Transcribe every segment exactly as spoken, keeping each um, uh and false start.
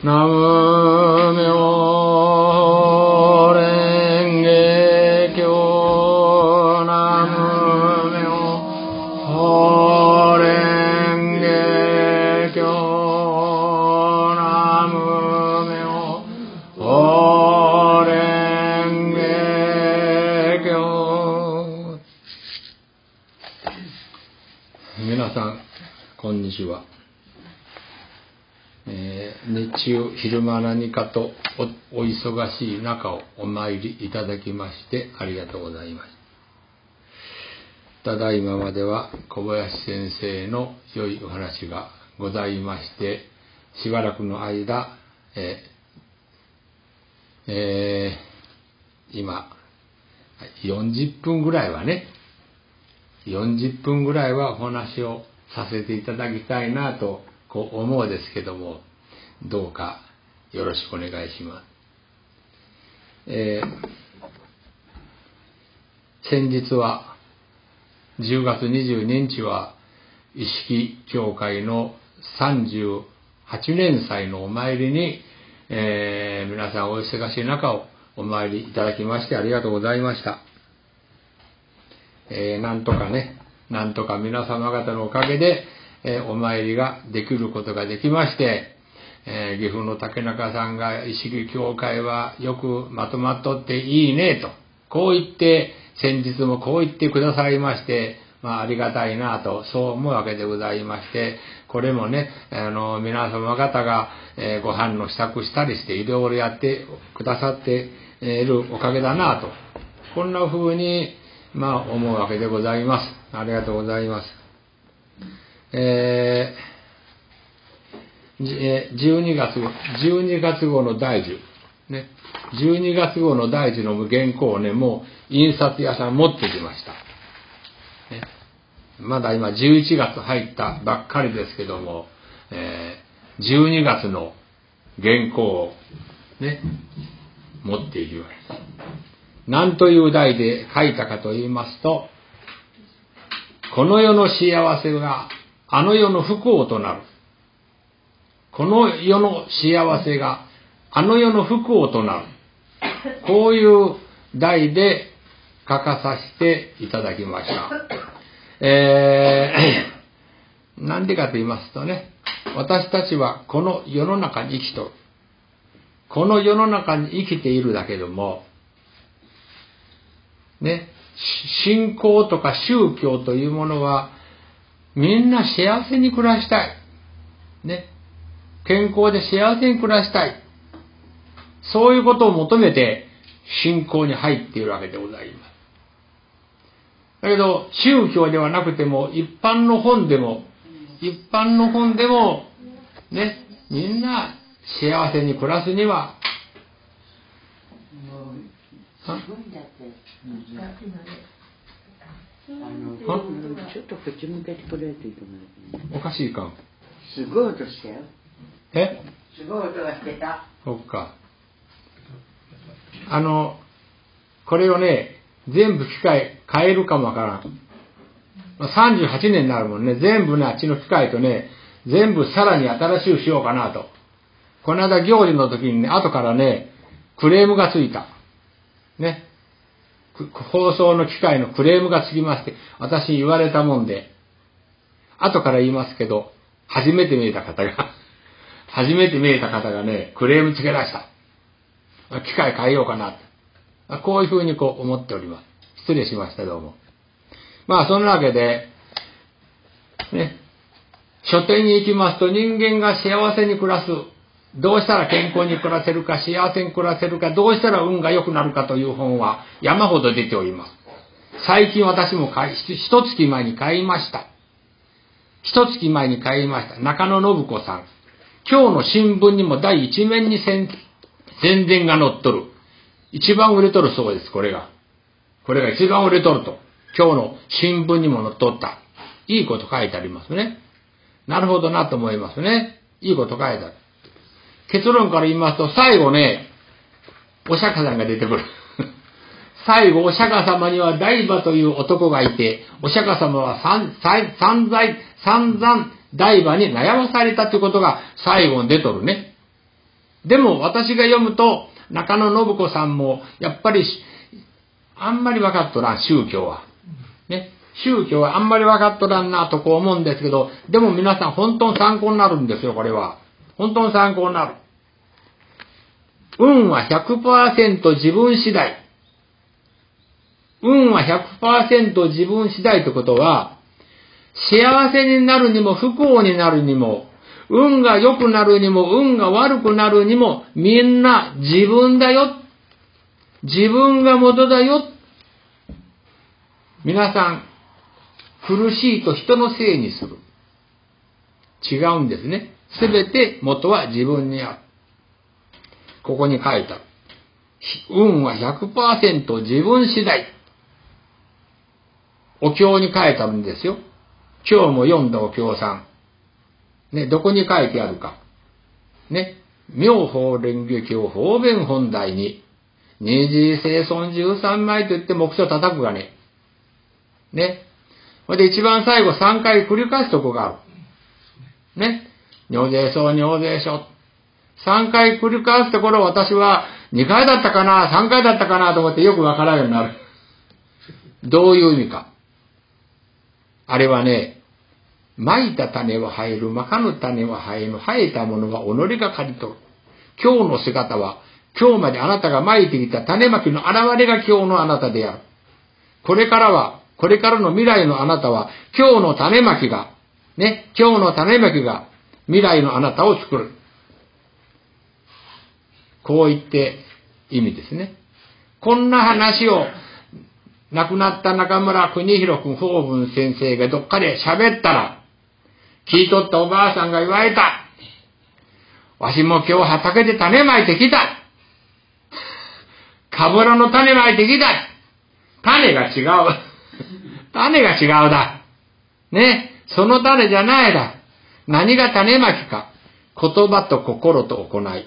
ナムミョレンゲキョナムミョレンゲキョナムミョレンゲキョ。皆さんこんにちは。えー、日中昼間何かと お, お忙しい中をお参りいただきましてありがとうございます。ただいままでは小林先生の良いお話がございまして、しばらくの間、えーえー、今よんじゅっぷんぐらいはねよんじゅっぷんぐらいはお話をさせていただきたいなとこう思うですけども、どうかよろしくお願いします。えー、先日はじゅうがつにじゅうににちは意識協会のさんじゅうはちねんさいのお参りに、えー、皆さんお忙しい中をお参りいただきましてありがとうございました。えー、なんとかねなんとか皆様方のおかげでえー、お参りができることができまして、えー、岐阜の竹中さんが意識協会はよくまとまっとっていいねとこう言って先日もこう言ってくださいまして、まあ、ありがたいなとそう思うわけでございまして、これもねあの皆様方が、えー、ご飯の支度したりしていろいろやってくださっているおかげだなとこんな風にまあ思うわけでございます。ありがとうございます。えー、じゅうにがつじゅうにがつ号の大樹ねじゅうにがつ号の大樹の原稿をねもう印刷屋さん持ってきました、ね、まだ今じゅういちがつ入ったばっかりですけども、えー、じゅうにがつの原稿をね持っていきました。何という題で書いたかと言いますと、この世の幸せがあの世の不幸となる。この世の幸せがあの世の不幸となる。こういう題で書かさせていただきました。えー、なんでかと言いますとね、私たちはこの世の中に生きとる。この世の中に生きているだけども、ね、信仰とか宗教というものはみんな幸せに暮らしたい。ね。健康で幸せに暮らしたい。そういうことを求めて信仰に入っているわけでございます。だけど、宗教ではなくても、一般の本でも、一般の本でも、ね、みんな幸せに暮らすには、 あのちょっとこっち向けてくれるといいと思う。 おかしいか。 すごい音したよ。 え？ すごい音がしてた。 そっか。あのこれをね全部機械変えるかもわからん。さんじゅうはちねんになるもんね。全部ねあっちの機械とね全部さらに新しくしようかなと。この間行事の時にね後からねクレームがついた。ね。放送の機械のクレームがつきまして、私に言われたもんで、後から言いますけど、初めて見えた方が、初めて見えた方がね、クレームつけ出した。機械変えようかなと。こういうふうにこう思っております。失礼しましたどうも。まあそんなわけで、ね、書店に行きますと人間が幸せに暮らす。どうしたら健康に暮らせるか、幸せに暮らせるか、どうしたら運が良くなるかという本は山ほど出ております。最近私も買い、一月前に買いました。一月前に買いました。中野信子さん。今日の新聞にも第一面に宣伝が載っとる。一番売れとるそうです、これが。これが一番売れとると。今日の新聞にも載っとった。いいこと書いてありますね。なるほどなと思いますね。いいこと書いてある。結論から言いますと、最後ね、お釈迦さんが出てくる。最後、お釈迦様には大馬という男がいて、お釈迦様は散々大馬に悩まされたということが最後に出とるね。 でも私が読むと、中野信子さんも、やっぱり、あんまり分かっとらん、宗教は。ね。宗教はあんまり分かっとらんなとこう思うんですけど、でも皆さん本当に参考になるんですよ、これは。本当に参考になる。運は ひゃくパーセント 自分次第。運は ひゃくパーセント 自分次第ということは、幸せになるにも不幸になるにも、運が良くなるにも運が悪くなるにも、みんな自分だよ。自分が元だよ。皆さん、苦しいと人のせいにする。違うんですね。すべて元は自分にある。ここに書いてある。運は ひゃくパーセント 自分次第。お経に書いてあるんですよ。今日も読んだお経さん。ね、どこに書いてあるか。ね。妙法蓮華経方便本題に、二次生尊十三枚と言って目標叩くがね。ね。それで一番最後三回繰り返すとこがある。ね。尿税書、尿税書。三回繰り返すところを私は二回だったかな、三回だったかなと思ってよくわからんようになる。どういう意味か。あれはね、蒔いた種は生える、蒔かぬ種は生えぬ、生えたものは己が刈り取る。今日の姿は、今日まであなたが蒔いてきた種まきの現れが今日のあなたである。これからは、これからの未来のあなたは、今日の種まきが、ね、今日の種まきが未来のあなたを作る。こう言って意味ですね。こんな話を、亡くなった中村邦弘君法文先生がどっかで喋ったら、聞いとったおばあさんが言われた。わしも今日畑で種まいてきた。かぶらの種まいてきた。種が違う。種が違うだ。ね。その種じゃないだ。何が種まきか。言葉と心と行い。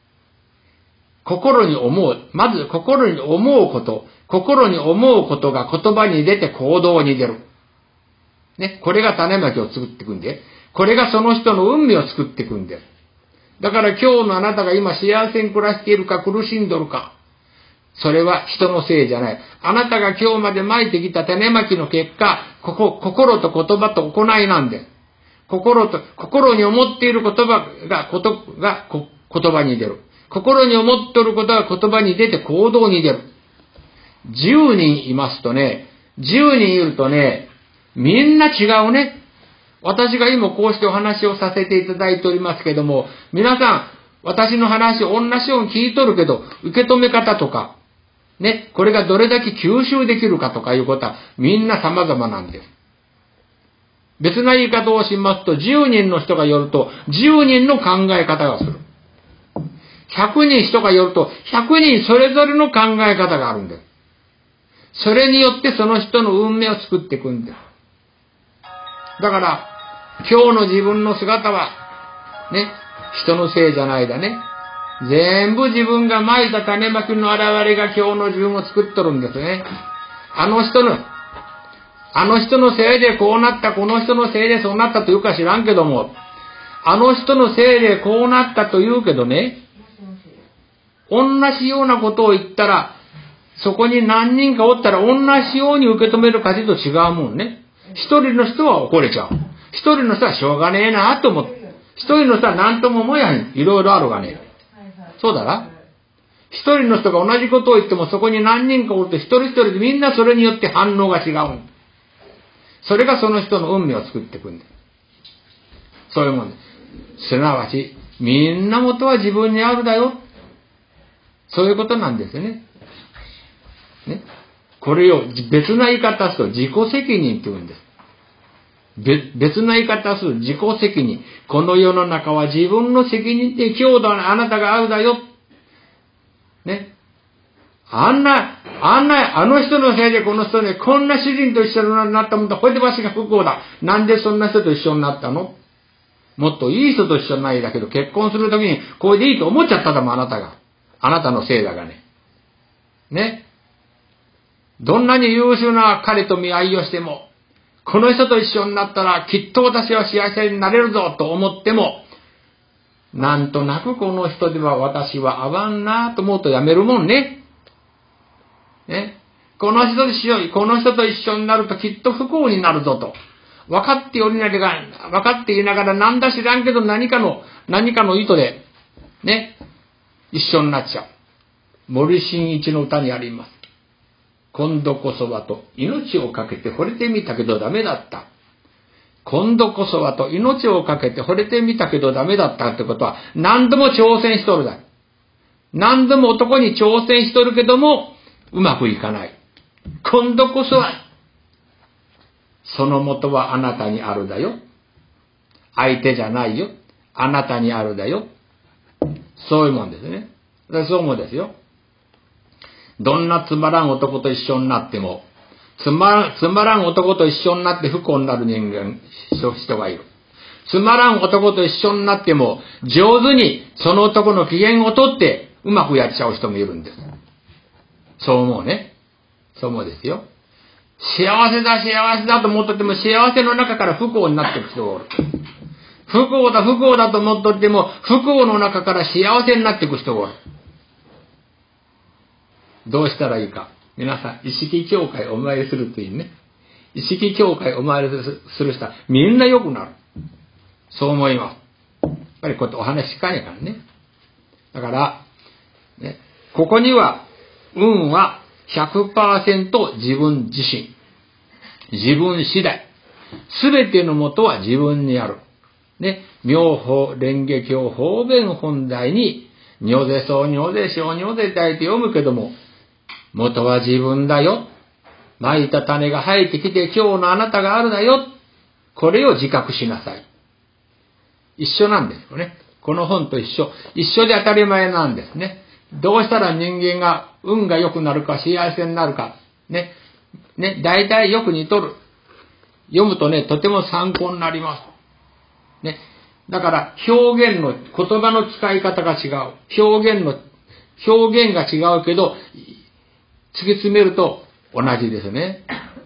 心に思う。まず心に思うこと。心に思うことが言葉に出て行動に出る。ね。これが種まきを作っていくんで。これがその人の運命を作っていくんです。だから今日のあなたが今幸せに暮らしているか苦しんどるか。それは人のせいじゃない。あなたが今日までまいてきた種まきの結果、ここ、心と言葉と行いなんです。心と、心に思っている言葉が、こと、が、こ、言葉に出る。心に思っていることが言葉に出て行動に出る。じゅうにんいますとね、じゅうにんいるとね、みんな違うね。私が今こうしてお話をさせていただいておりますけども、皆さん、私の話を同じように聞いとるけど、受け止め方とか、ね、これがどれだけ吸収できるかとかいうことは、みんな様々なんです。別な言い方をしますと、じゅうにんの人がよると、じゅうにんの考え方がする。ひゃくにん人がよると、ひゃくにんそれぞれの考え方があるんです。それによってその人の運命を作っていくんです。だから、今日の自分の姿は、ね、人のせいじゃないだね。全部自分が蒔いた種まきの現れが今日の自分を作っとるんですね。あの人の、あの人のせいでこうなった、この人のせいでそうなったというか知らんけども、あの人のせいでこうなったというけどね、同じようなことを言ったら、そこに何人かおったら同じように受け止める価値と違うもんね。一人の人は怒れちゃう。一人の人はしょうがねえなと思って。一人の人は何とも思えへん。いろいろあるがね。そうだな。一人の人が同じことを言ってもそこに何人かおると一人一人でみんなそれによって反応が違う。それがその人の運命を作っていくんだ。そういうもんです。すなわち、みんな元は自分にあるだよ。そういうことなんですね。ね。これを別な言い方すると自己責任って言うんです。別な言い方する自己責任。この世の中は自分の責任で今日だあなたが合うだよ。ね。あんな、あんな、あの人のせいでこの人ね、こんな主人と一緒になったもんだ。これでわしが不幸だ。なんでそんな人と一緒になったの？もっといい人と一緒にないだけど、結婚するときにこれでいいと思っちゃっただもん、あなたが。あなたのせいだがね。ね。どんなに優秀な彼と見合いをしても、この人と一緒になったらきっと私は幸せになれるぞと思っても、 なんとなくこの人では私は合わんなと思うとやめるもんね。ね。この人としよう、この人と一緒になるときっと不幸になるぞと。分かっておりながら、分かっていながらなんだ知らんけど何かの、何かの意図で、ね、一緒になっちゃう。森進一の歌にあります。今度こそはと命をかけて惚れてみたけどダメだった。今度こそはと命をかけて惚れてみたけどダメだったってことは何度も挑戦しとるだ。何度も男に挑戦しとるけどもうまくいかない。今度こそはその元はあなたにあるだよ。相手じゃないよ。あなたにあるだよ。そういうもんですね。そう思うんですよ。どんなつまらん男と一緒になっても、つま、つまらん男と一緒になって不幸になる人間、人がいる。つまらん男と一緒になっても、上手にその男の機嫌をとってうまくやっちゃう人もいるんです。そう思うね。そう思うですよ。幸せだ幸せだと思っとっても幸せの中から不幸になっていく人がおる。不幸だ不幸だと思っとっても不幸の中から幸せになっていく人がおる。どうしたらいいか。皆さん、意識教会お参りするといいね。意識教会お参りする人はみんな良くなる。そう思います。やっぱりこうやってお話しかねえからね。だから、ね、ここには運は ひゃくパーセント 自分自身。自分次第。すべてのもとは自分にある。ね、妙法蓮華経方便本題に、如是そう如是小如是大って読むけども、元は自分だよ。蒔いた種が生えてきて今日のあなたがあるだよ。これを自覚しなさい。一緒なんですよね。この本と一緒。一緒で当たり前なんですね。どうしたら人間が運が良くなるか幸せになるか。ね。ね。大体よく似とる。読むとね、とても参考になります。ね。だから表現の、言葉の使い方が違う。表現の、表現が違うけど、突き詰めると同じですね。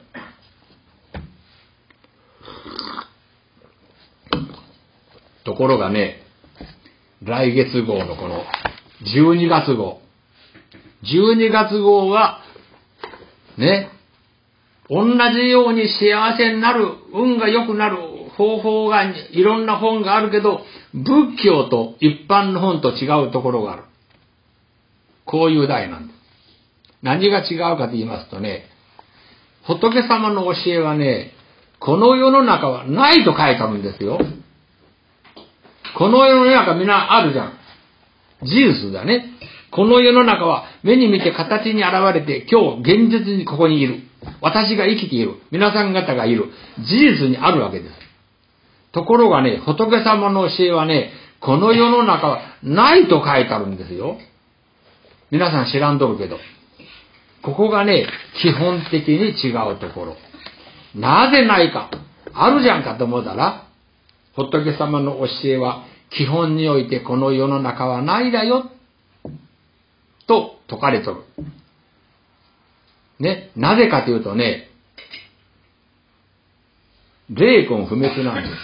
ところがね、来月号のこのじゅうにがつ号。じゅうにがつ号は、ね、同じように幸せになる、運が良くなる方法がいろんな本があるけど、仏教と一般の本と違うところがある。こういう題なんです。何が違うかと言いますとね、仏様の教えはね、この世の中はないと書いてあるんですよ。この世の中みんなあるじゃん。事実だね。この世の中は目に見て形に現れて今日現実にここにいる。私が生きている。皆さん方がいる。事実にあるわけです。ところがね、仏様の教えはね、この世の中はないと書いてあるんですよ。皆さん知らんとるけど。ここがね、基本的に違うところ。なぜないか。あるじゃんかと思ったら、仏様の教えは基本においてこの世の中はないだよ。と説かれとる。ね、なぜかというとね、霊魂不滅なんです。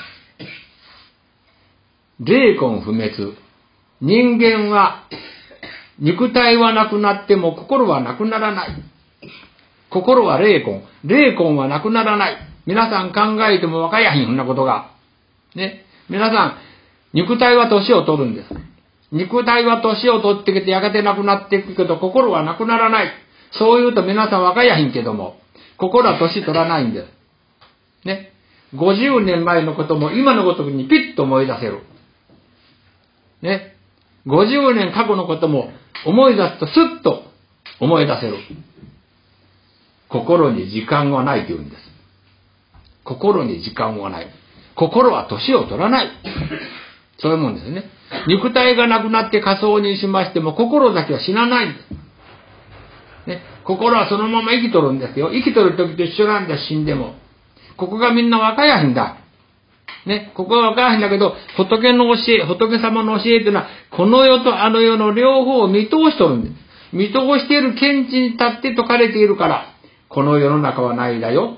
霊魂不滅。人間は、肉体はなくなっても心はなくならない。心は霊魂。霊魂はなくならない。皆さん考えてもわかやへん、そんなことが。ね。皆さん、肉体は年を取るんです。肉体は年を取ってきてやがてなくなっていくけど、心はなくならない。そう言うと皆さんわかやへんけども、心は年取らないんです。ね。ごじゅうねんまえのことも今のごとくにピッと思い出せる。ね。ごじゅうねん過去のことも思い出すとスッと思い出せる。心に時間はないと言うんです。心に時間はない。心は年を取らない。そういうもんですね。肉体がなくなって仮想にしましても心だけは死なないんです。ね。心はそのまま生きとるんですよ。生きとる時と一緒なんだ、死んでも。ここがみんな分かやへんだ。ね。ここは分かやへんだけど、仏の教え、仏様の教えというのは、この世とあの世の両方を見通しとるんです。見通している見地に立って説かれているから、この世の中はないだよ。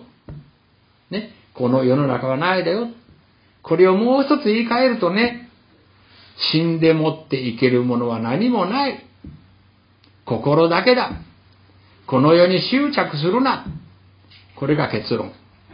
ね。この世の中はないだよ。これをもう一つ言い換えるとね、 死んでもって生けるものは何もない。心だけだ。この世に執着するな。これが結論。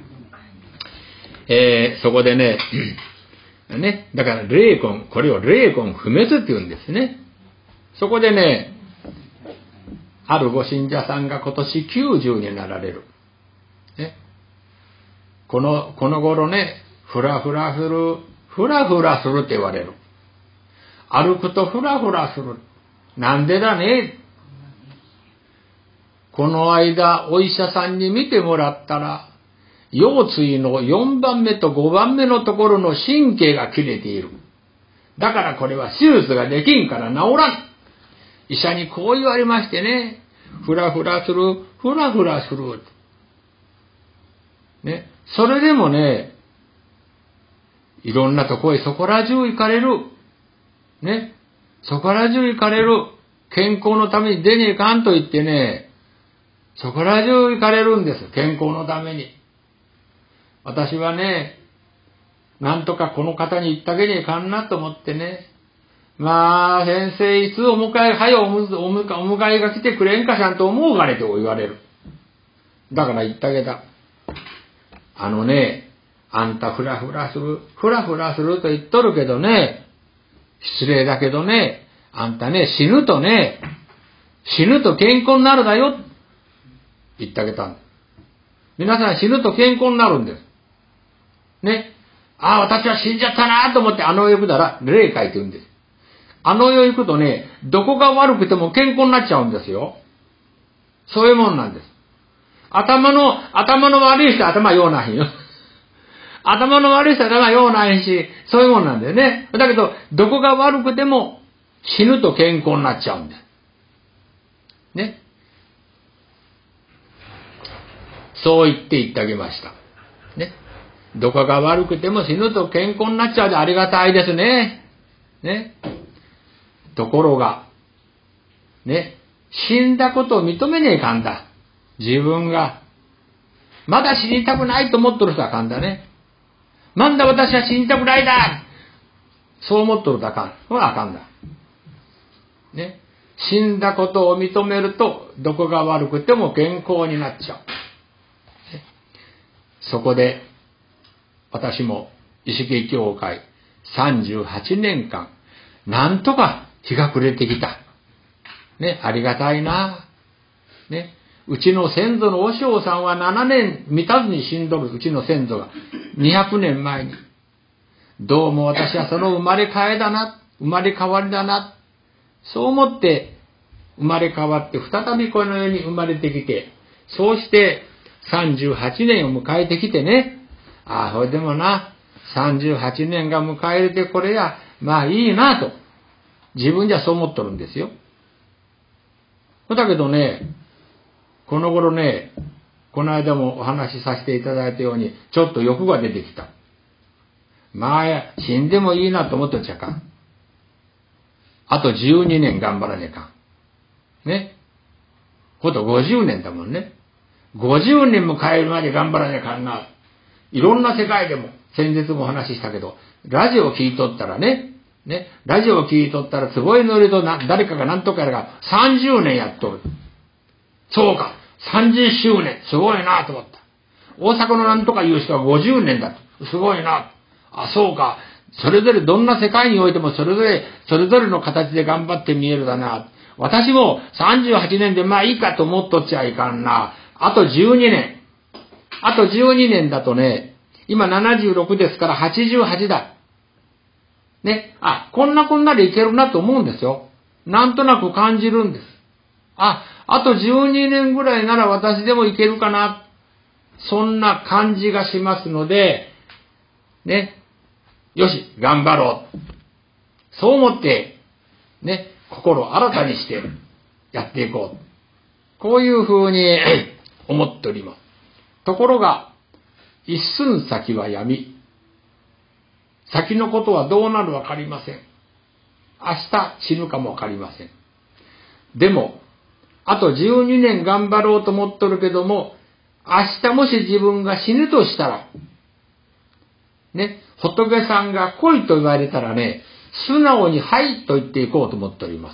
えー、そこでね、ね、だから霊魂、これを霊魂不滅って言うんですね。そこでね、あるご信者さんが今年きゅうじゅうになられる。ね、この、この頃ね、ふらふらする、ふらふらするって言われる。歩くとふらふらする。なんでだね。この間、お医者さんに見てもらったら、腰椎のよんばんめとごばんめのところの神経が切れている。だからこれは手術ができんから治らん。医者にこう言われましてね、ふらふらする、ふらふらする。ね、それでもね、いろんなとこへそこら中行かれる。ね、そこら中行かれる。健康のために出ねえかんと言ってね、そこら中行かれるんです。健康のために。私はね、なんとかこの方に言ってあげねえかんなと思ってね。まあ、先生、いつお迎え、はよおむお迎お迎えが来てくれんかしゃんと思うがねと言われる。だから言ってあげた。あのね、あんたふらふらする、ふらふらすると言っとるけどね、失礼だけどね、あんたね、死ぬとね、死ぬと健康になるだよ。言ってあげたんです。皆さん死ぬと健康になるんです。ね。ああ、私は死んじゃったなと思ってあの世行くなら、霊界って言うんです。あの世行くとね、どこが悪くても健康になっちゃうんですよ。そういうもんなんです。頭の、頭の悪い人は頭ようないよ。頭の悪い人は頭ようないし、そういうもんなんだよね。だけど、どこが悪くても死ぬと健康になっちゃうんです。ね。そう言って言ってあげました。ね。どこが悪くても死ぬと健康になっちゃうでありがたいですね。ね。ところが、ね、死んだことを認めねえかんだ。自分が。まだ死にたくないと思っとる人はあかんだね。なんだ私は死にたくないだ。そう思っとるとあかん。ほらあかんだ。ね。死んだことを認めると、どこが悪くても健康になっちゃう。そこで、私も意識協会さんじゅうはちねんかん、なんとか日が暮れてきた。ね、ありがたいな。ね、うちの先祖の和尚さんはななねん満たずに死んどる、うちの先祖が。にひゃくねんまえに。どうも私はその生まれ変えだな、生まれ変わりだな。そう思って生まれ変わって再びこの世に生まれてきて、そうしてさんじゅうはちねんを迎えてきてね、ああ、それでもな、さんじゅうはちねんが迎えれてこれや、まあいいなと。自分じゃそう思っとるんですよ。だけどね、この頃ね、この間もお話しさせていただいたように、ちょっと欲が出てきた。まあ、死んでもいいなと思っとっちゃかん。あとじゅうにねん頑張らねえかん。ね。ほとごじゅうねんだもんね。ごじゅうねんも帰るまで頑張らねえかんな。いろんな世界でも、先日もお話ししたけど、ラジオを聞いとったらね、ね、ラジオを聞いとったら、坪井のりとな、誰かが何とかやらがさんじゅうねんやっとる。そうか、さんじゅっしゅうねん、すごいなと思った。大阪のなんとかいう人はごじゅうねんだと。すごいな。あ、そうか。それぞれどんな世界においてもそれぞれ、それぞれの形で頑張って見えるだな。私もさんじゅうはちねんでまあいいかと思っとっちゃいかんな。あとじゅうにねん。あとじゅうにねんだとね、今ななじゅうろくですからはちじゅうはちだ。ね。あ、こんなこんなでいけるなと思うんですよ。なんとなく感じるんです。あ、あとじゅうにねんぐらいなら私でもいけるかな。そんな感じがしますので、ね。よし、頑張ろう。そう思って、ね、心を新たにしてやっていこう。こういうふうに思っております。ところが、一寸先は闇。先のことはどうなるわかりません。明日死ぬかもわかりません。でも、あとじゅうにねん頑張ろうと思っとるけども、明日もし自分が死ぬとしたら、ね、仏さんが来いと言われたらね、 素直にはいと言っていこうと思っております。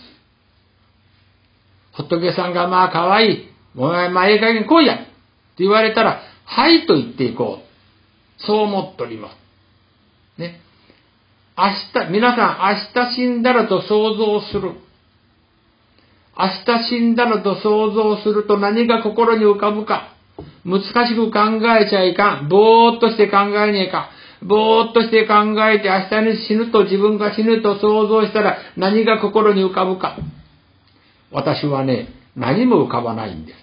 仏さんがまあ可愛い、お前まあええ加減来いやって言われたら、はいと言っていこう。そう思っております。ね。明日、皆さん明日死んだらと想像する。明日死んだらと想像すると何が心に浮かぶか。難しく考えちゃいかん。ぼーっとして考えねえか。ぼーっとして考えて明日に死ぬと自分が死ぬと想像したら何が心に浮かぶか。私はね、何も浮かばないんです。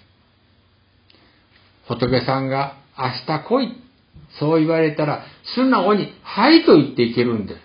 仏さんが明日来い。そう言われたら素直にはいと言っていけるんです。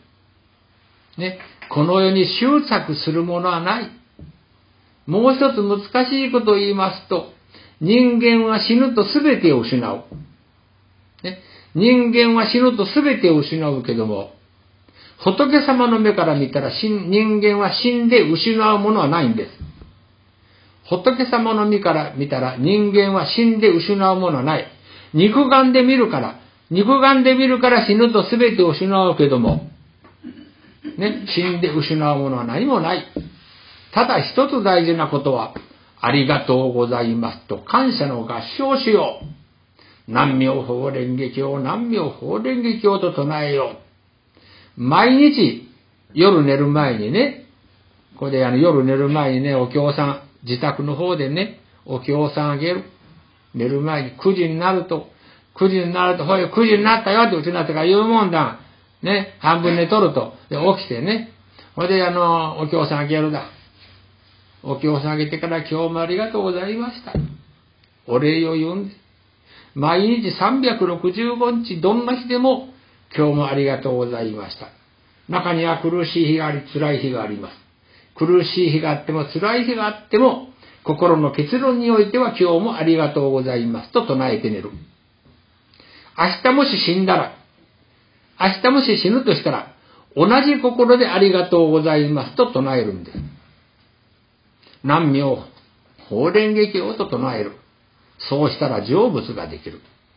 ね。この世に執着するものはない。もう一つ難しいことを言いますと、人間は死ぬと全てを失う。ね、人間は死ぬと全てを失うけども、仏様の目から見たら人間は死んで失うものはないんです。仏様の目から見たら人間は死んで失うものはない。肉眼で見るから、肉眼で見るから死ぬと全てを失うけども、ね、死んで失うものは何もない。ただ一つ大事なことは、ありがとうございますと感謝の合唱しよう。南無妙法蓮華経、南無妙法蓮華経と唱えよう。毎日夜寝る前にね、これであの夜寝る前にね、お経さん、自宅の方でね、お経さんあげる。寝る前にくじになると、くじになると、ほい、くじになったよってうちになってから言うもんだ。ね、半分寝とると。で、起きてね、ほいであの、お経さんあげるだ。お経を下げてから今日もありがとうございました。お礼を言うんです。毎日さんびゃくろくじゅうごにちどんな日でも今日もありがとうございました。中には苦しい日があり辛い日があります。苦しい日があっても辛い日があっても心の結論においては今日もありがとうございますと唱えて寝る。明日もし死んだら、明日もし死ぬとしたら同じ心でありがとうございますと唱えるんです。南無妙法蓮華経と唱える。そうしたら成仏ができる。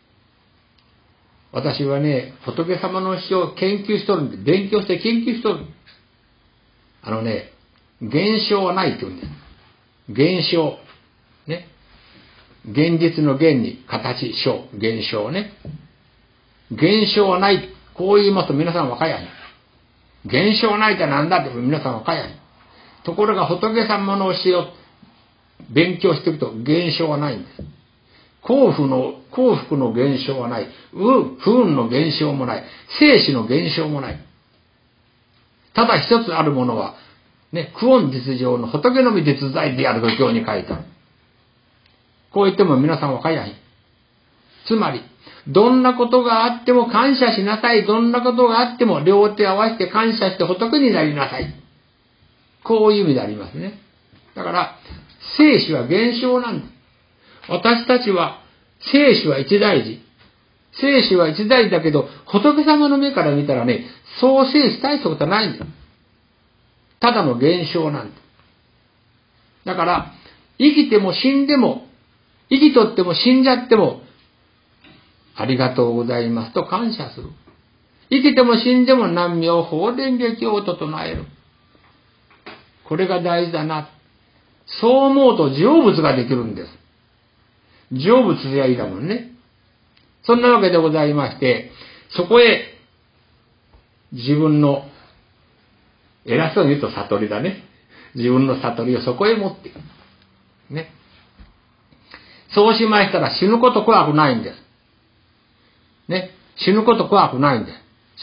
私はね、仏様の詩を研究しとるんで、勉強して研究しとる。あのね、現象はないって言うんです。現象。ね。現実の現に形、象、現象ね。現象はない。こう言いますと皆さんわかやん。現象はないってなんだって皆さんわかやん。ところが仏様の教えを勉強していくと現象はないんです。幸福の、幸福の現象はない。運、不運の現象もない。生死の現象もない。ただ一つあるものは、ね、苦音実情の仏のみ実在であると経に書いてある。こう言っても皆さんわかりゃいい。つまり、どんなことがあっても感謝しなさい。どんなことがあっても両手を合わせて感謝して仏になりなさい。こういう意味でありますね。だから、生死は現象なんです。私たちは、生死は一大事。生死は一大事だけど、仏様の目から見たらね、そう生死大したことはないんです。ただの現象なんです。だから、生きても死んでも、生きとっても死んじゃっても、ありがとうございますと感謝する。生きても死んでも南無妙法蓮華経と唱える。これが大事だな。そう思うと成仏ができるんです。成仏すりゃいいだもんね。そんなわけでございまして、そこへ自分の偉そうに言うと悟りだね。自分の悟りをそこへ持っていく。ね。そうしましたら死ぬこと怖くないんです。ね。死ぬこと怖くないんです。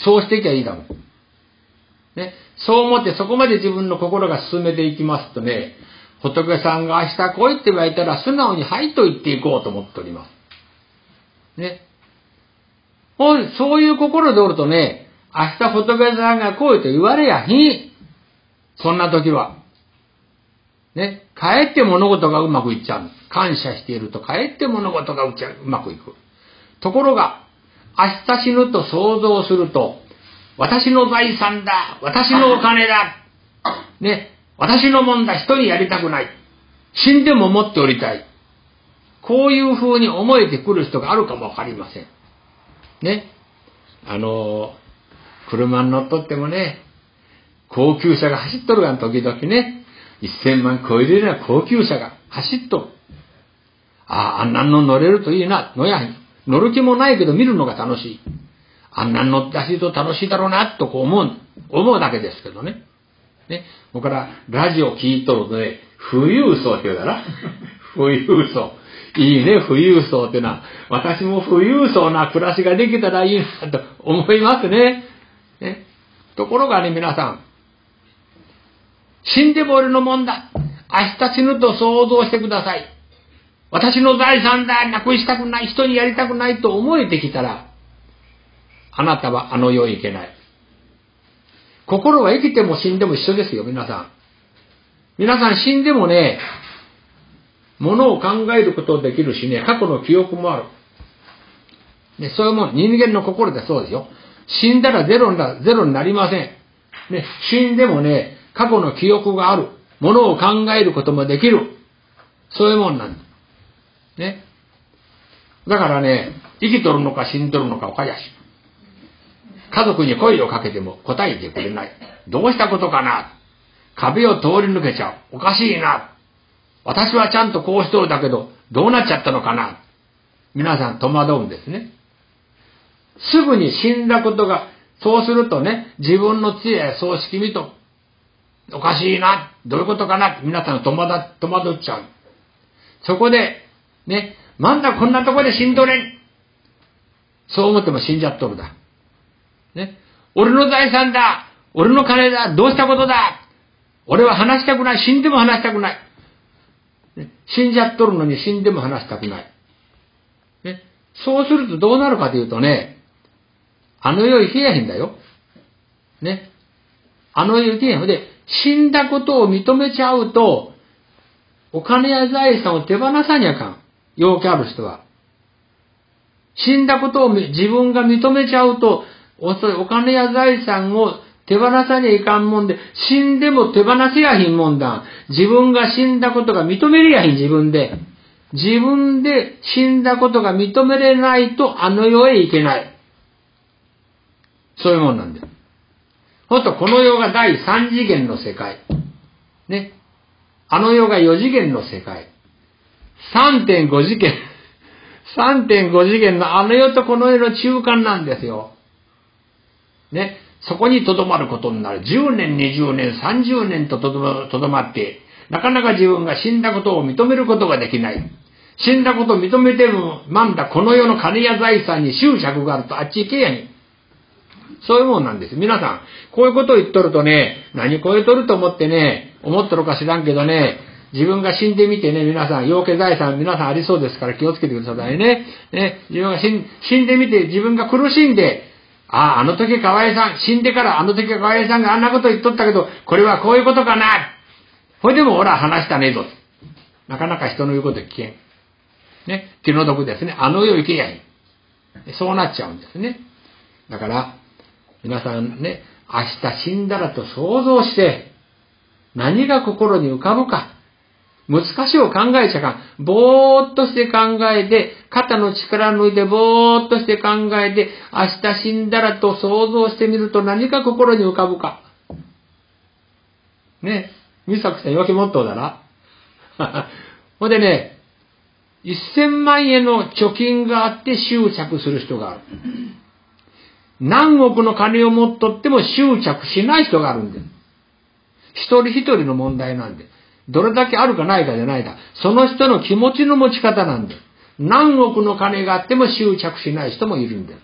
そうしていきゃいいだもん。ね。そう思ってそこまで自分の心が進めていきますとね、仏さんが明日来いって言われたら素直にはいと言っていこうと思っております。ね。そういう心でおるとね、明日仏さんが来いと言われやひん。そんな時は。ね。かえって物事がうまくいっちゃう。感謝しているとかえって物事がうまくいく。ところが、明日死ぬと想像すると、私の財産だ、私のお金だ、ね、私のもんだ、人にやりたくない。死んでも持っておりたい。こういう風に思えてくる人があるかもわかりません。ね。あの、車に乗っとってもね、 高級車が走っとるがん、時々ね。いっせんまん超えるような高級車が走っとる。ああ、あんなんの乗れるといいな。のやへん。乗る気もないけど見るのが楽しい。あんなん乗って走ると楽しいだろうな、とこう思う、思うだけですけどね。ね。僕からラジオ聞いとるとね、富裕層って言うだな。富裕層。いいね、富裕層ってのは。私も富裕層な暮らしができたらいいなと思いますね。ね。ところがね、皆さん。死んでも俺のもんだ。明日死ぬと想像してください。私の財産だ。なくしたくない。人にやりたくないと思えてきたら、あなたはあの世へ行けない。心は生きても死んでも一緒ですよ、皆さん。皆さん死んでもね、ものを考えることできるしね、過去の記憶もある。ね、そういうもん、人間の心でそうですよ。死んだらゼロにな、ゼロになりません。ね、死んでもね、過去の記憶がある。ものを考えることもできる。そういうもんなんです。ね。だからね、生きとるのか死んどるのかおかやし。家族に声をかけても答えてくれない。どうしたことかな。壁を通り抜けちゃう。おかしいな。私はちゃんとこうしとるだけど、どうなっちゃったのかな。皆さん戸惑うんですね。すぐに死んだことが、そうするとね、自分の知恵や葬式見と、おかしいな。どういうことかな。皆さん戸惑、戸惑っちゃう。そこで、ね、なんだこんなとこで死んどれん。そう思っても死んじゃっとるだ。ね。俺の財産だ。俺の金だ。どうしたことだ。俺は話したくない。死んでも話したくない。ね、死んじゃっとるのに死んでも話したくない。ね。そうするとどうなるかというとね、あの世行けやへんだよ。ね。あの世行けやへん。で、死んだことを認めちゃうと、お金や財産を手放さにゃかん。陽気ある人は。死んだことを自分が認めちゃうと、お金や財産を手放さにゃいかんもんで、死んでも手放せやひんもんだ。自分が死んだことが認めれやひん、自分で。自分で死んだことが認めれないと、あの世へ行けない。そういうもんなんだよ。ほんと、この世が第三次元の世界。ね。あの世が四次元の世界。さんてんご 次元。さんてんご 次元のあの世とこの世の中間なんですよ。ね。そこに留まることになる。じゅうねん、にじゅうねん、さんじゅうねんととどまって、なかなか自分が死んだことを認めることができない。死んだことを認めても、なんだ、この世の金や財産に執着があるとあっち行けやに。そういうもんなんです。皆さん、こういうことを言っとるとね、何超えとると思ってね、思っとるか知らんけどね、自分が死んでみてね、皆さん、陽気財産皆さんありそうですから気をつけてくださいね。ね、自分が死ん、死んでみて、自分が苦しんで、ああ、あの時河合さん、死んでからあの時河合さんがあんなこと言っとったけど、これはこういうことかな。ほいでも俺は話したねえぞ。なかなか人の言うこと聞けん。ね、気の毒ですね。あの世行けやい。そうなっちゃうんですね。だから、皆さんね、明日死んだらと想像して、何が心に浮かぶか。難しいを考えちゃかん。ぼーっとして考えて、肩の力抜いてぼーっとして考えて、明日死んだらと想像してみると何か心に浮かぶか。ね。美作さん、よきもっとうだな。ほんでね、せんまんえんの貯金があって執着する人がある。何億の金を持っとっても執着しない人があるんです。一人一人の問題なんで。どれだけあるかないかじゃないだ。その人の気持ちの持ち方なんで。何億の金があっても執着しない人もいるんです。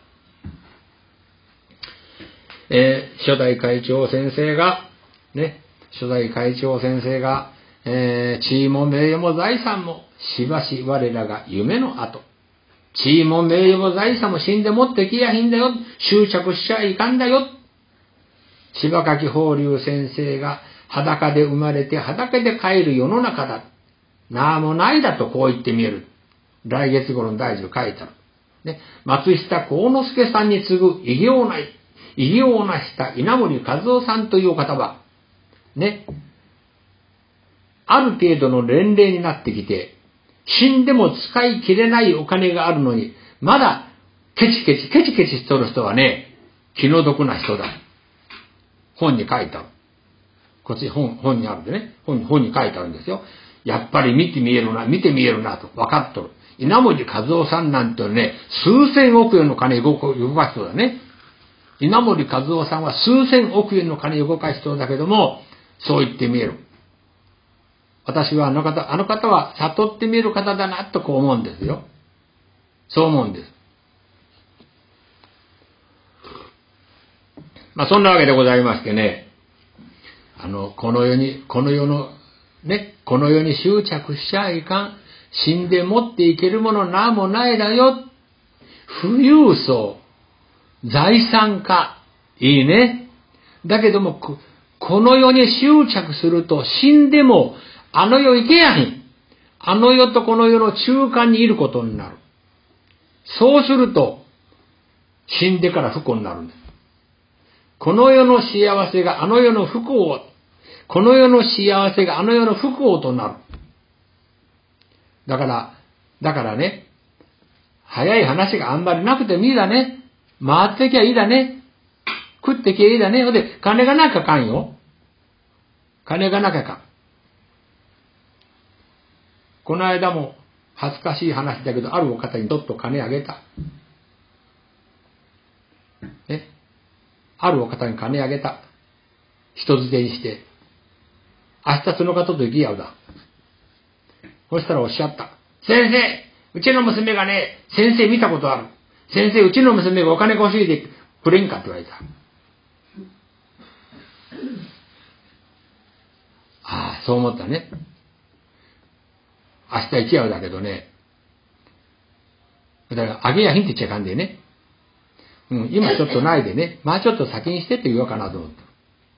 えー、初代会長先生が、ね、初代会長先生が、えー、地位も名誉も財産も、しばし我らが夢の後。地位も名誉も財産も死んでもってきやひんだよ。執着しちゃいかんだよ。柴垣法隆先生が裸で生まれて裸で帰る世の中だ。なぁもないだとこう言ってみえる。来月頃の大事を書いた。ね、松下幸之助さんに次ぐ偉業な、偉業を成した稲森和夫さんという方は、ね、ある程度の年齢になってきて、死んでも使い切れないお金があるのに、まだケチケチ、ケチケチしとる人はね、気の毒な人だ。本に書いた。 こっち本、本にあるんでね、本に、本に書いてあるんですよ。やっぱり見て見えるな、見て見えるなと分かっとる。稲森和夫さんなんてね、数千億円の金動かす人だね。稲森和夫さんは数千億円の金動かす人だけども、そう言って見える。私はあの方、あの方は悟って見える方だなとこう思うんですよ。そう思うんです。まあそんなわけでございましてね、あの、この世に、この世の、ね、この世に執着しちゃいかん。死んで持っていけるものなんもないだよ。富裕層、財産家、いいね。だけども、この世に執着すると死んでもあの世行けやへん。あの世とこの世の中間にいることになる。そうすると、死んでから不幸になるんです。この世の幸せがあの世の不幸、この世の幸せがあの世の不幸となる。だから、だからね、早い話があんまりなくてもいいだね。回ってきゃいいだね。食ってきゃいいだね。ほんで、金がなきゃかんよ。金がなきゃかん。この間も恥ずかしい話だけど、あるお方にどっと金あげた。ね。あるお方に金あげた。人づてにして。明日その方と行き合うだ。そしたらおっしゃった。先生、うちの娘がね、先生見たことある。先生、うちの娘がお金欲しいでくれんかって言われた。ああ、そう思ったね。明日行き合うだけどね。だから、あげやひんって言っちゃいかんでね。うん、今ちょっとないでね。まあちょっと先にしてって言おうかなと思った。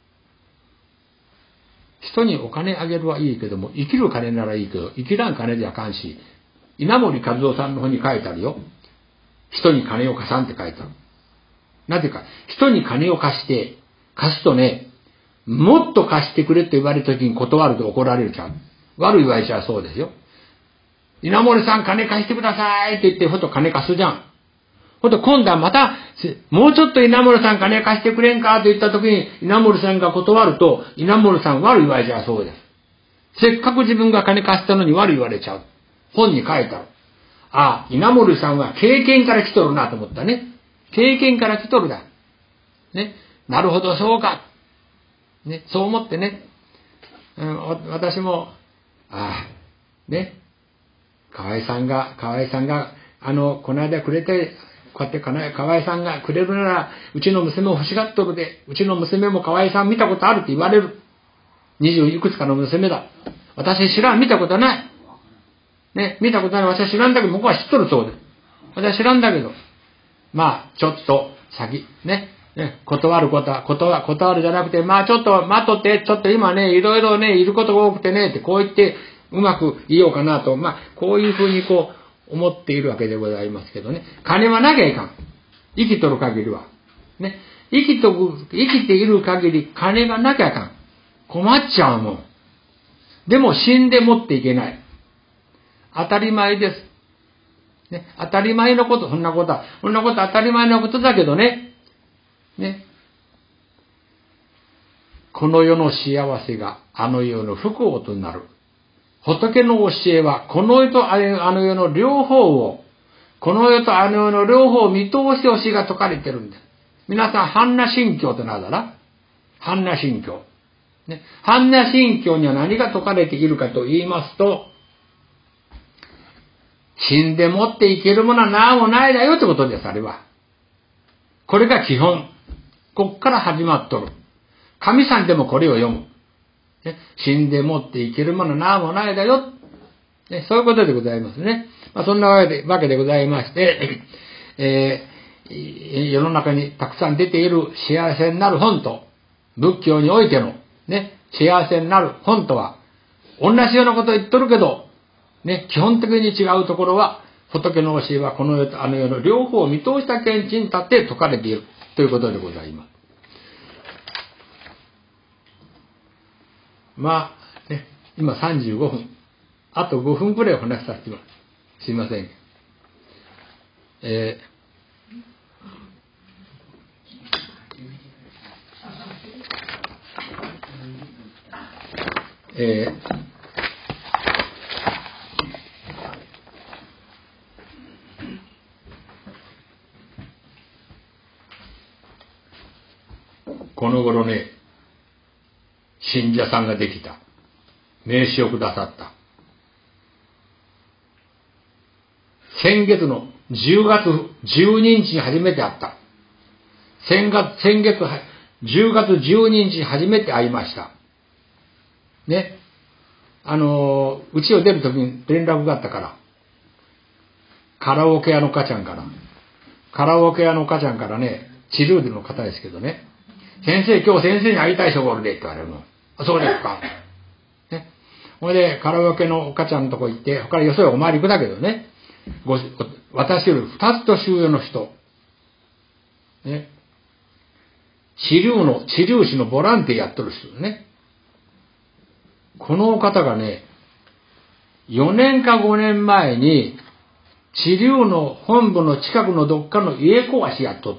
人にお金あげるはいいけども、生きる金ならいいけど、生きらん金ではあかんし、稲森和夫さんの方に書いてあるよ。人に金を貸さんって書いてある。なぜか、人に金を貸して、貸すとね、もっと貸してくれって言われた時に断ると怒られるじゃん。悪いわいしはそうですよ。稲森さん金貸してくださいって言って、ほんと金貸すじゃん。ほんと今度はまた、もうちょっと稲森さん金貸してくれんかと言った時に、稲森さんが断ると、稲森さん悪いわいしはそうです。せっかく自分が金貸したのに悪い言われちゃう。本に書いてある。ああ、稲森さんは経験から来とるなと思ったね。経験から来とるだ。ね。なるほど、そうか。ね。そう思ってね。うん、私も、ああ、ね。河合さんが、河合さんが、あの、この間くれて、こうやって河合さんがくれるなら、うちの娘も欲しがっとるで、うちの娘も河合さん見たことあるって言われる。二十いくつかの娘だ。私知らん、見たことない。ね、見たことない。私は知らんだけど、僕は知っとるそうです。私は知らんだけど。まあ、ちょっと、先、ね、ね、断ることは、断、断るじゃなくて、まあちょっと待っとって、ちょっと今ね、いろいろね、いることが多くてね、ってこう言って、うまく言おうかなと、まあ、こういうふうにこう、思っているわけでございますけどね。金はなきゃいかん。生きとる限りは。ね。生きとく、生きている限り金がなきゃいかん。困っちゃうもん。でも死んで持っていけない。当たり前です。ね。当たり前のこと、そんなことは、そんなこと当たり前のことだけどね。ね。この世の幸せがあの世の不幸となる。仏の教えは、この世とあの世の両方を、この世とあの世の両方を見通して教えが説かれてるんです。皆さん、般若心経って何だな？般若心経。ね。般若心経には何が説かれているかと言いますと、死んで持っていけるものは何もないだよってことです、あれは。これが基本。こっから始まっとる。神さんでもこれを読む。ね、死んで持っていけるもの何もないだよ、ね。そういうことでございますね。まあ、そんなわけで、わけでございまして、えー、世の中にたくさん出ている幸せになる本と、仏教においての、ね、幸せになる本とは、同じようなことを言っとるけど、ね、基本的に違うところは、仏の教えはこの世とあの世の両方を見通した見地に立って説かれているということでございます。まあ、ね、今さんじゅうごふん。あとごふんくらいお話しさせてます。すいません。えーえーこの頃ね、信者さんができた。名刺をくださった。先月のじゅうがつじゅうににちに初めて会った。先月、先月じゅうがつじゅうににちに初めて会いました。ね。あの、うちを出るときに連絡があったから。カラオケ屋の母ちゃんから。カラオケ屋の母ちゃんからね、チルールの方ですけどね。先生、今日先生に会いたいところでって言われるの。あ、そうですか。ね。ほいで、カラオケのお母ちゃんのとこ行って、他によそへお参り行くだけどね。ご私より二つ年上の人。ね。チルーの、チルー市のボランティアやっとる人ね。この方がね、よねんかごねんまえに、チルーの本部の近くのどっかの家壊しやっとった。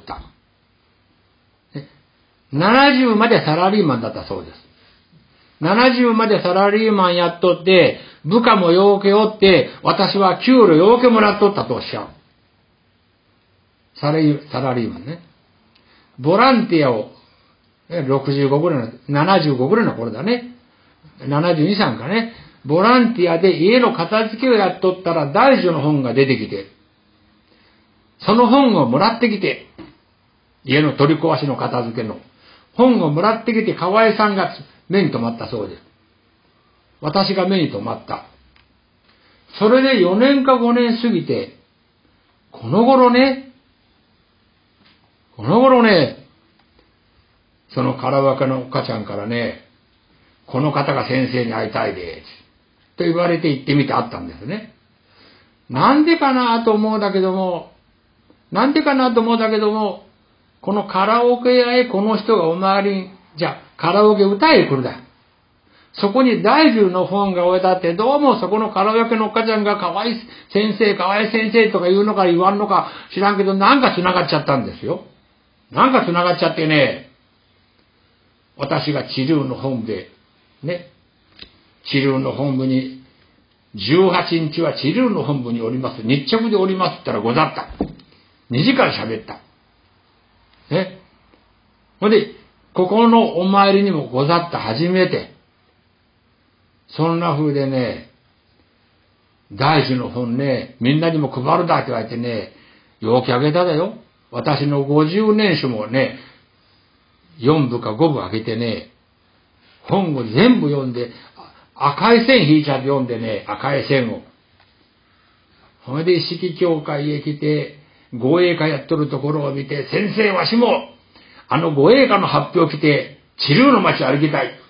ななじゅうまでサラリーマンだったそうです。ななじゅうまでサラリーマンやっとって、部下もようけおって、私は給料ようけもらっとったとおっしゃる。サラリー、サラリーマンね。ボランティアを、ろくじゅうごぐらいの、ななじゅうごぐらいの頃だね。ななじゅうに、さんかね。ボランティアで家の片付けをやっとったら大樹の本が出てきて、その本をもらってきて、家の取り壊しの片付けの。本をもらってきて河合さんが目に留まったそうです。私が目に留まった。それでよねんかごねん過ぎて、この頃ね、この頃ね、そのカラオケのお母ちゃんからね、この方が先生に会いたいです。と言われて行ってみて会ったんですね。なんでかなと思うだけども、なんでかなと思うだけども、このカラオケ屋へこの人がお参りに、じゃあカラオケ歌いに来るだ。そこに大樹の本が置いてあって、どうもそこのカラオケのおっかちゃんが河合先生、河合先生とか言うのか言わんのか知らんけど、なんか繋がっちゃったんですよ。なんか繋がっちゃってね、私がチルーの本部で、ね、チルーの本部に、じゅうはちにちはチルーの本部におります。日直でおりますって言ったらござった。にじかん喋った。ね。ほんで、ここのお参りにもござった初めて。そんな風でね、大樹の本ね、みんなにも配るだって言われてね、よきあげただよ。私のごじゅうねんしもね、よんぶかごぶあげてね、本を全部読んで、赤い線引いちゃって読んでね、赤い線を。ほいで、意識協会へ来て、護衛歌やっとるところを見て、先生わしも、あの護衛歌の発表来て、チルーの街歩きたい。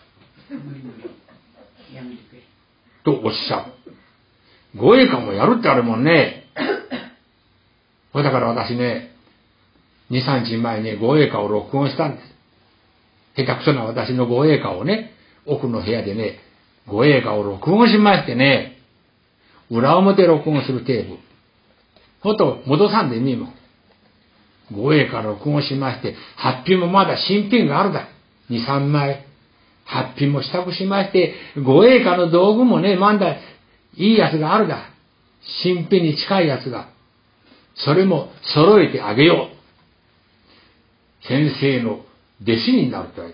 とおっしゃる。護衛歌もやるってあるもんね。これだから私ね、に、さんにちまえに護衛歌を録音したんです。下手くそな私の護衛歌をね、奥の部屋でね、護衛歌を録音しましてね、裏表録音するテープ。ほんと、戻さんでみーもん。護衛歌録音しまして、発品もまだ新品があるだ。に、さんまい。発品も支度しまして、護衛歌の道具もね、まだいいやつがあるだ。新品に近いやつが。それも揃えてあげよう。先生の弟子になると言われ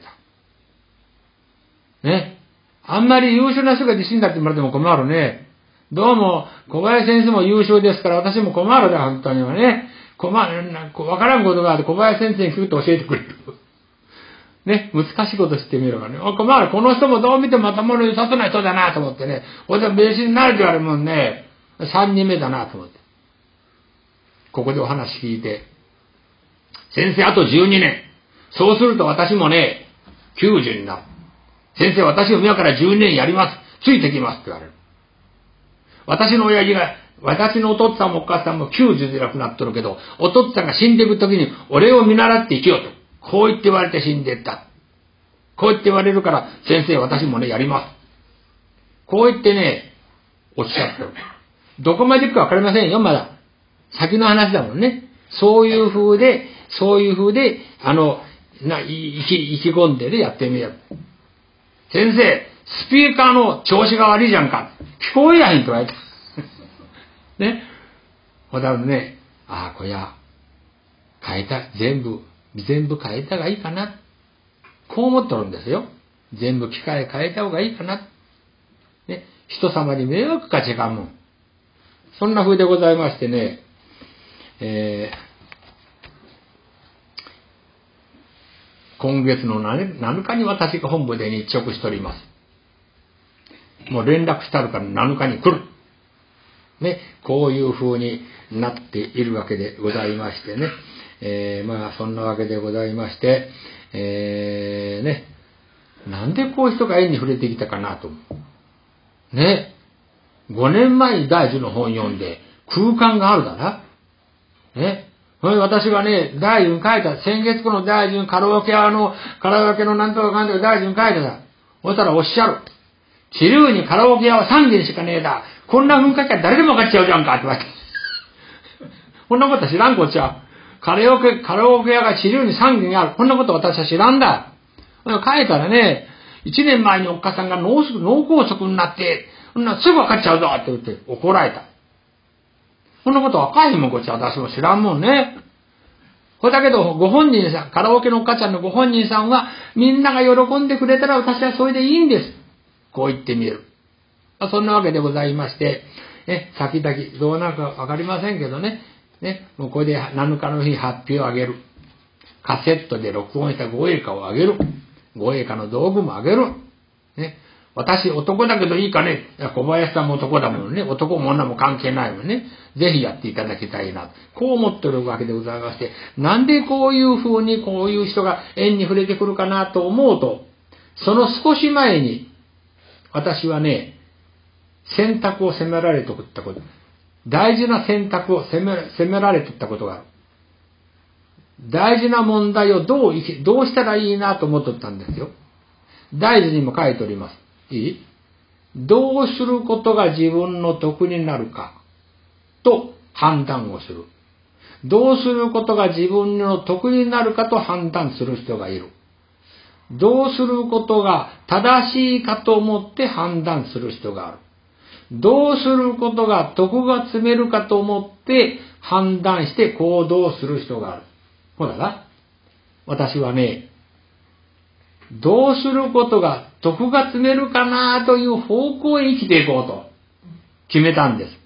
た。ね。あんまり優秀な人が弟子になってもらっても困るね。どうも、小林先生も優秀ですから、私も困るだ、本当にはね。困る、わからんことがあって、小林先生に聞くと教えてくれる。ね、難しいこと知ってみればね。困る、この人もどう見ても頭の良さそうな人だなと思ってね。俺は弟子になるって言われるもんね。三人目だなと思って。ここでお話聞いて。先生、あとじゅうにねん。そうすると私もね、きゅうじゅうになる。先生、私も今からじゅうにねんやります。ついてきますって言われる。私の親父が、私のお父っつぁんもお母さんもきゅうじゅうで亡くなっとるけど、お父っつぁんが死んでいくときに、俺を見習って生きようと。こう言って言われて死んでいった。こう言って言われるから、先生、私もね、やります。こう言ってね、おっしゃってる。どこまで行くかわかりませんよ、まだ。先の話だもんね。そういう風で、そういう風で、あの、な、意気、意気込んででやってみよう。先生、 スピーカーの調子が悪いじゃんか。聞こえやへんと言われた。ね。ほだるね、ああ、こりゃ、変えた、全部、全部変えた方がいいかな。こう思っとるんですよ。全部機械変えた方がいいかな。ね。人様に迷惑かちゃかもん。そんな風でございましてね、えー、今月のなのかに私が本部で日直しております。もう連絡したるからなのかに来る。ね、こういう風になっているわけでございましてね。えー、まあそんなわけでございまして、えー、ね、なんでこういう人が縁に触れてきたかなと。ね、ごねんまえに第一の本読んで空間があるだな。ね、私がね、第一に書いた、先月この第一にカラオケ屋の、カラオケのなんとかかんとか第一に書いてた。そしたらおっしゃる。地流にカラオケ屋はさん軒しかねえだ。こんな噴火したら誰でも分かっちゃうじゃんかって言われて。こんなことは知らんこっちは。カラオケ、カラオケ屋が地流にさん軒ある。こんなこと私は知らんだ。書いたらね、いちねんまえにおっかさんが脳脳梗塞になって、そんなすぐ分かっちゃうぞって言って怒られた。こんなこと分かへんもんこっちは。私も知らんもんね。これだけど、ご本人さん、カラオケのおっかちゃんのご本人さんは、みんなが喜んでくれたら私はそれでいいんです。こう言ってみる。そんなわけでございまして、ね、先々どうなるかわかりませんけどね、ね、もうこれでなのかの日発表をあげる。カセットで録音した護衛歌をあげる。護衛歌の道具もあげる。ね、私男だけどいいかね。小林さんも男だもんね。男も女も関係ないもんね。ぜひやっていただきたいな。こう思ってるわけでございまして、なんでこういう風にこういう人が縁に触れてくるかなと思うと、その少し前に、私はね、選択を責められておったこと、大事な選択を責め、責められておったことがある。大事な問題をどう生き、どうしたらいいなと思っておったんですよ。大事にも書いております。いい？どうすることが自分の得になるかと判断をする。どうすることが自分の得になるかと判断する人がいる。どうすることが正しいかと思って判断する人がある。どうすることが得が積めるかと思って判断して行動する人がある。ほらな。私はね、どうすることが得が積めるかなという方向へ生きていこうと決めたんです。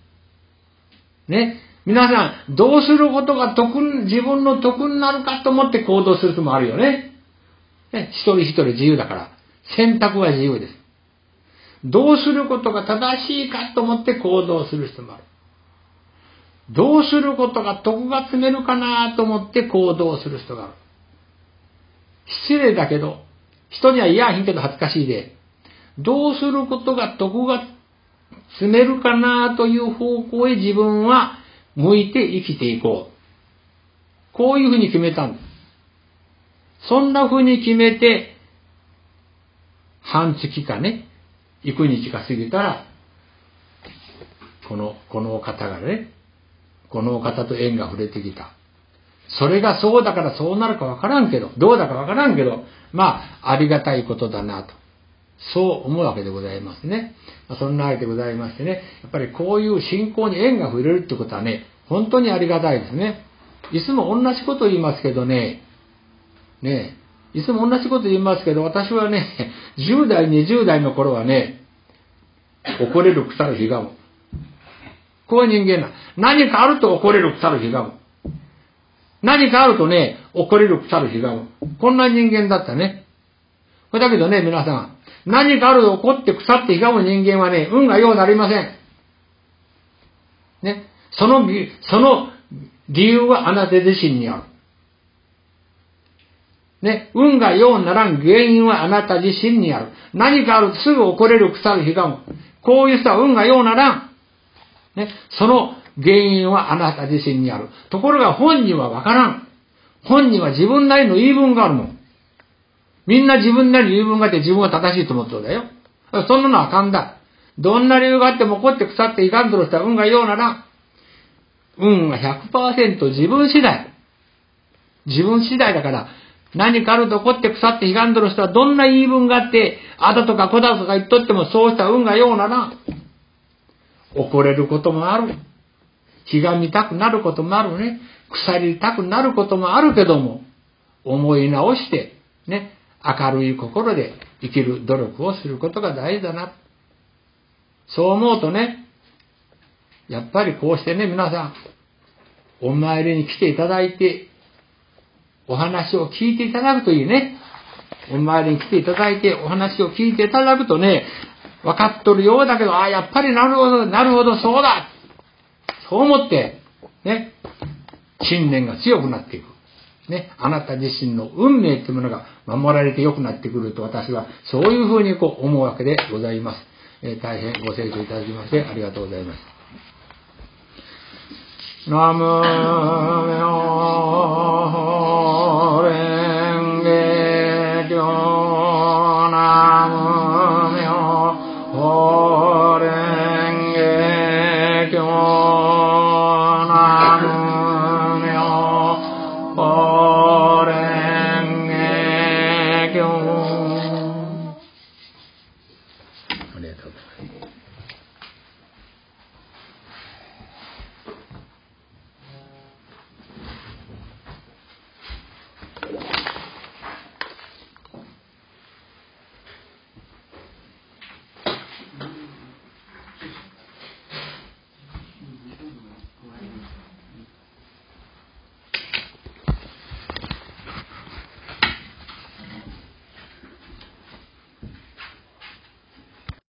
ね。皆さん、どうすることが得、自分の得になるかと思って行動する人もあるよね。ね、一人一人自由だから。選択は自由です。どうすることが正しいかと思って行動する人もある。どうすることが得が積めるかなと思って行動する人がある。失礼だけど、人には嫌ひんけど恥ずかしいで、どうすることが得が積めるかなという方向へ自分は向いて生きていこう。こういうふうに決めたんです。そんなふうに決めて、半月かね、幾日か過ぎたら、この、この方がね、この方と縁が触れてきた。それがそうだからそうなるかわからんけど、どうだかわからんけど、まあ、ありがたいことだなと。そう思うわけでございますね。そんなわけでございましてね、やっぱりこういう信仰に縁が触れるってことはね、本当にありがたいですね。いつも同じこと言いますけどね、ねえ、いつも同じこと言いますけど、私はね、じゅう代、にじゅう代の頃はね、怒れる腐るひがむ。こういう人間な。何かあると怒れる腐るひがむ。何かあるとね、怒れる腐るひがむ。こんな人間だったね。これだけどね、皆さん、何かあると怒って腐ってひがむ人間はね、運がようなりません。ね。その、その理由はあなた自身にある。ね、運がようならん原因はあなた自身にある。何かあるとすぐ怒れる腐るひがむ。こういう人は運がようならん。ね、その原因はあなた自身にある。ところが本人はわからん。本人は自分なりの言い分があるもん。みんな自分なりの言い分があって自分は正しいと思ってるんだよ。そんなのはあかんだ。どんな理由があっても怒って腐っていかんとる人は運がようならん。運が ひゃくパーセント 自分次第。自分次第だから、 何かあると怒って腐ってひがんどる人はどんな言い分があって、あだとかこだとか言っとってもそうした運がようなら、怒れることもある。ひがみたくなることもあるね。腐りたくなることもあるけども、思い直して、ね、明るい心で生きる努力をすることが大事だな。そう思うとね、やっぱりこうしてね、皆さん、お参りに来ていただいて、お話を聞いていただくといいね。お参りに来ていただいて、お話を聞いていただくとね、分かっとるようだけど、ああ、やっぱりなるほど、なるほど、そうだ。そう思って、ね、信念が強くなっていく。ね、あなた自身の運命というものが守られて良くなってくると、私はそういうふうにこう思うわけでございます。えー、大変ご清聴いただきましてありがとうございます。ナムメオ